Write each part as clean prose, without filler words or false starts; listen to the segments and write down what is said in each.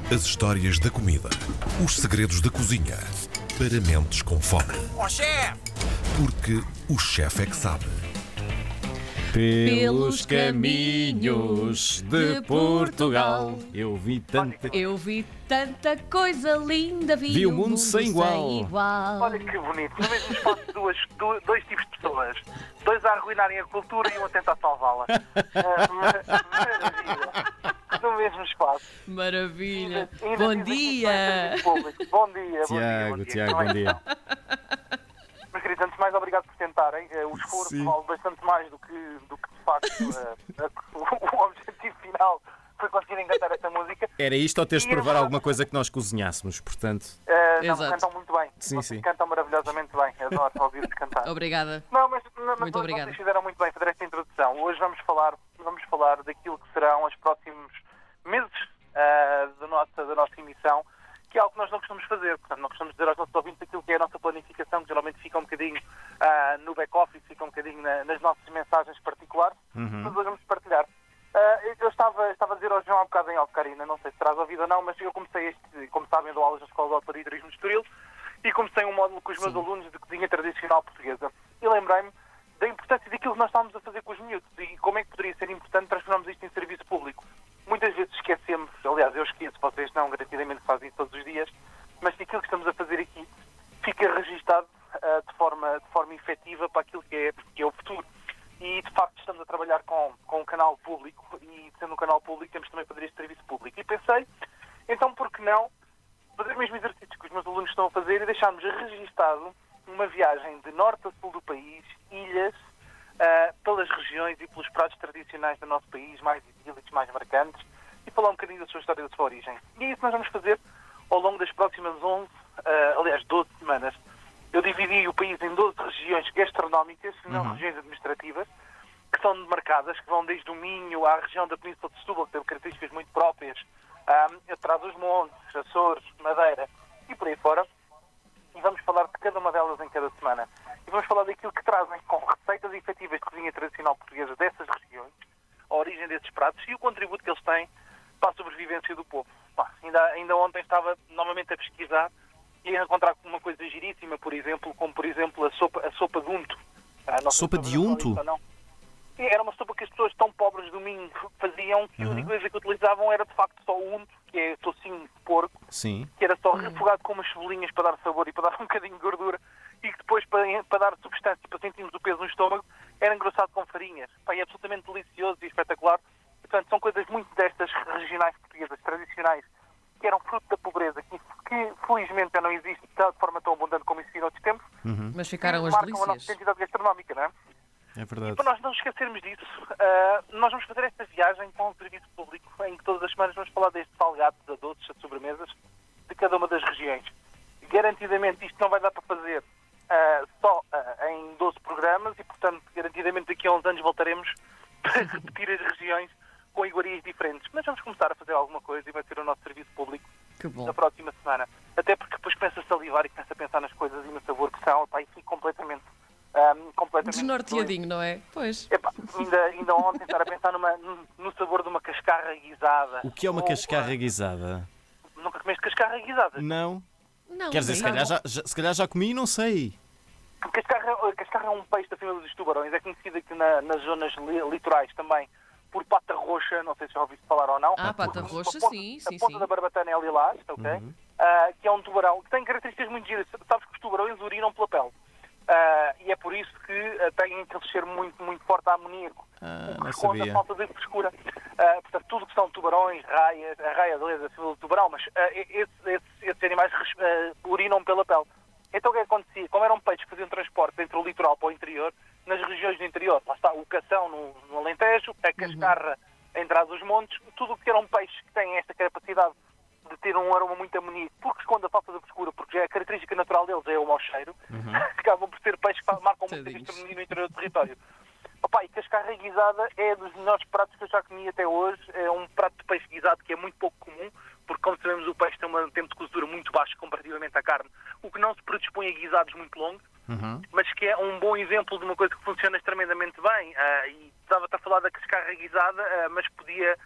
As histórias da comida. Os segredos da cozinha. Para mentes com fome. Ó chefe! Porque o chefe é que sabe. Pelos caminhos de Portugal eu vi tanta coisa linda, Vi o mundo sem igual. Olha que bonito. No mesmo espaço, dois tipos de pessoas. Dois a arruinarem a cultura e um a tentar salvá-la. Maravilha. No mesmo espaço. Maravilha. Ainda Bom tive dia. aqui público. Bom dia. Tiago, bom dia. Meus queridos, antes de mais, obrigado por tentarem. O esforço Sim. vale bastante mais do que de facto, o objetivo final foi conseguirem cantar esta música. Era isto ou teres de provar alguma coisa que nós cozinhássemos, portanto... Não, Exato. cantam muito bem. Sim, Vocês sim. cantam maravilhosamente bem. Adoro ouvir-vos cantar. Obrigada. Não, mas Muito obrigada. vocês fizeram muito bem fazer esta introdução. Hoje vamos falar daquilo que serão os próximos meses da nossa emissão, que é algo que nós não costumamos fazer. Portanto, não costumamos dizer aos nossos ouvintes aquilo que é a nossa planificação, que geralmente fica um bocadinho no back-office, fica um bocadinho nas nossas mensagens particulares, mas hoje vamos partilhar. Eu estava a dizer ao João há bocado em off, Karina, não sei se terás ouvido ou não, mas eu comecei como sabem, dou aulas na Escola de Hotelaria e Turismo de Estoril e comecei um módulo com os meus alunos de cozinha tradicional portuguesa. E lembrei-me da importância daquilo que nós estávamos a fazer com os miúdos e como é que poderia ser importante transformarmos isto em serviço público. Muitas vezes esquecemos, aliás, eu esqueço, vocês não, garantidamente fazem isso todos os dias, mas aquilo que estamos a fazer aqui fica registado de forma efetiva para aquilo que é o futuro. E, de facto, estamos a trabalhar com um canal público e, sendo um canal público, temos também para fazer este serviço público. E pensei, então, por que não fazer o mesmo exercício que os meus alunos estão a fazer e deixarmos registado uma viagem de norte a sul do país, ilhas, pelas regiões e pelos pratos tradicionais do nosso país, mais idílicos, mais marcantes, e falar um bocadinho da sua história e da sua origem. E é isso que nós vamos fazer ao longo das próximas 12 semanas. Eu dividi o país em 12 regiões gastronómicas, não regiões administrativas, que são demarcadas, que vão desde o Minho à região da Península de Setúbal, que tem características muito próprias, atrás dos Montes, Açores, Madeira e por aí fora. E vamos falar de cada uma delas em cada semana. E vamos falar daquilo que trazem com receitas efetivas de cozinha tradicional portuguesa dessas regiões, a origem desses pratos e o contributo que eles têm para a sobrevivência do povo. Ainda ontem estava novamente a pesquisar e a encontrar uma coisa giríssima, como por exemplo a sopa de unto. Sopa de unto? Era uma sopa que as pessoas tão pobres do Minho faziam que a única coisa que utilizavam era de facto só o unto, que é tocinho de porco, Sim. que era só refogado com umas cebolinhas para dar sabor e para dar um bocadinho de gordura, e que depois, para dar substância, para sentirmos o peso no estômago, era engrossado com farinhas. É absolutamente delicioso e espetacular. E, portanto, são coisas muito destas regionais portuguesas, tradicionais, que eram fruto da pobreza, que felizmente já não existe de forma tão abundante como existia noutros tempos, Mas ficaram as marcam a nossa delícias. identidade gastronómica, não é? É verdade. E para nós não esquecermos disso, nós vamos fazer esta viagem com um serviço público em que todas as semanas vamos falar desde salgados a doces, a sobremesas, de cada uma das regiões. Garantidamente isto não vai dar para fazer só em 12 programas e, portanto, garantidamente daqui a uns anos voltaremos para repetir as regiões com iguarias diferentes. Mas vamos começar a fazer alguma coisa e vai ser o nosso serviço público Que bom. da próxima semana. Até porque depois começa a salivar e começa a pensar nas coisas e no sabor que são, e fico completamente Desnorteadinho, não é? Pois. Epá, ainda ontem estar a pensar no sabor de uma cascarra guisada. O que é uma cascarra guisada? Nunca comeste cascarra guisada? Não. Não, Quer dizer, se calhar já comi e não sei. Cascarra é um peixe da família dos tubarões. É conhecido aqui nas zonas litorais também por pata roxa. Não sei se já ouviste falar ou não. Pata roxa, sim. A ponta da barbatana é lilás, ok? Que é um tubarão que tem características muito giras. Sabes que os tubarões urinam pela pele. E é por isso que têm aquele cheiro muito, muito forte a amoníaco. O que não responde sabia. à falta de frescura. Portanto, tudo que são tubarões, raias, a raia da família do tubarão, mas esses animais urinam pela pele. Então o que acontecia? Como eram peixes que faziam transporte entre o litoral para o interior, nas regiões do interior, lá está o cação no Alentejo, a cascarra em trás dos montes, tudo o que eram peixes que têm esta capacidade de ter um aroma muito amoníaco, porque esconde a falta de frescura, porque já é a característica natural deles, é o mau cheiro, acabam por ser peixes que marcam muito a gastronomia no interior do território. E cascarra guisada é dos melhores pratos que eu já comi até hoje. É um prato de peixe guisado que é muito pouco comum, porque, como sabemos, o peixe tem um tempo de cozedura muito baixo comparativamente à carne, o que não se predispõe a guisados muito longos, mas que é um bom exemplo de uma coisa que funciona tremendamente bem. E estava a falar da cascarra guisada, mas podia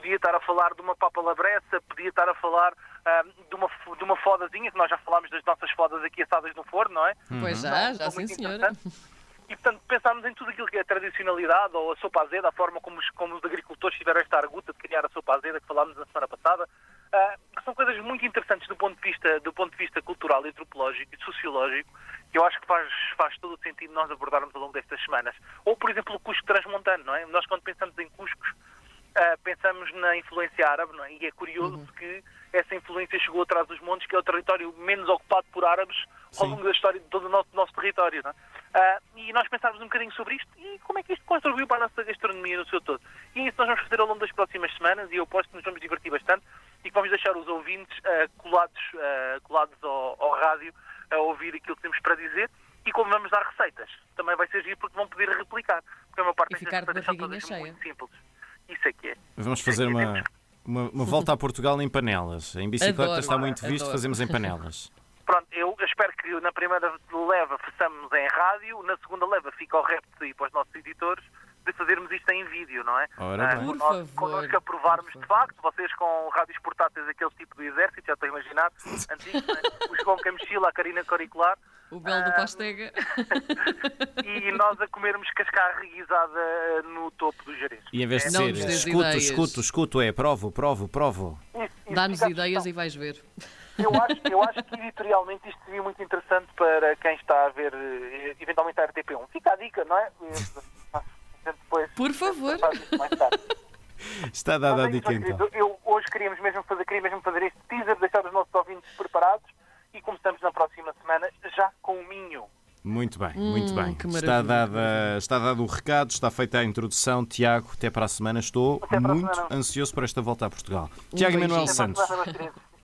podia estar a falar de uma papa labressa, podia estar a falar de uma fodazinha, que nós já falámos das nossas fodas aqui assadas no forno, não é? Pois já São sim, muito senhora. interessantes. E, portanto, pensarmos em tudo aquilo que é a tradicionalidade ou a sopa azeda, a forma como os agricultores tiveram esta arguta de criar a sopa azeda, que falámos na semana passada, que são coisas muito interessantes do ponto de vista cultural, antropológico e sociológico, que eu acho que faz todo o sentido nós abordarmos ao longo destas semanas. Ou, por exemplo, o Cusco transmontano, não é? Nós, quando pensamos em Cuscos, pensamos na influência árabe, não é? E é curioso que essa influência chegou atrás dos montes, que é o território menos ocupado por árabes ao longo da história de todo o nosso território, não é? E nós pensávamos um bocadinho sobre isto e como é que isto contribuiu para a nossa gastronomia no seu todo. E é isso que nós vamos fazer ao longo das próximas semanas, e eu aposto que nos vamos divertir bastante e que vamos deixar os ouvintes colados ao rádio a ouvir aquilo que temos para dizer. E como vamos dar receitas, também vai ser giro porque vão poder replicar. Porque a maior parte E ficar de receitas são barriguinha todas cheia. muito simples. Isso é que é. Vamos fazer uma volta a Portugal em panelas. Em bicicleta Adoro, está muito visto, adoro. fazemos em panelas. Pronto, eu espero que na primeira leva façamos em rádio, na segunda leva fica ao repto e para os nossos editores de fazermos isto em vídeo, não é? Ora bem. Por Nós, favor, connosco aprovarmos por de favor. facto, vocês com rádios portáteis, aquele tipo de exército, já estou a imaginar, antigos, né? O João Camechila, a Carina Coricular, O belo do Pastega. e nós a comermos cascarra reguisada no topo do Jerez. E em vez de Não ser nos dês escuto, ideias. é provo. Dá-nos fica a ideias sugestão. e vais ver. Eu acho que editorialmente isto seria muito interessante para quem está a ver, eventualmente, a RTP1. Fica a dica, não é? Depois, Por favor. faz isso mais tarde. Está dada a Mas é isso, dica meus então. queridos. Eu hoje queria mesmo fazer este teaser, deixar os nossos ouvintes preparados e começamos na próxima semana já com o Minho. Muito bem, muito bem. que Está dado o recado, está feita a introdução. Tiago, até para a semana. Estou Até para a muito semana. ansioso por esta volta a Portugal. Tiago beijinho. Emanuel Até para a Santos. semana, meus queridos.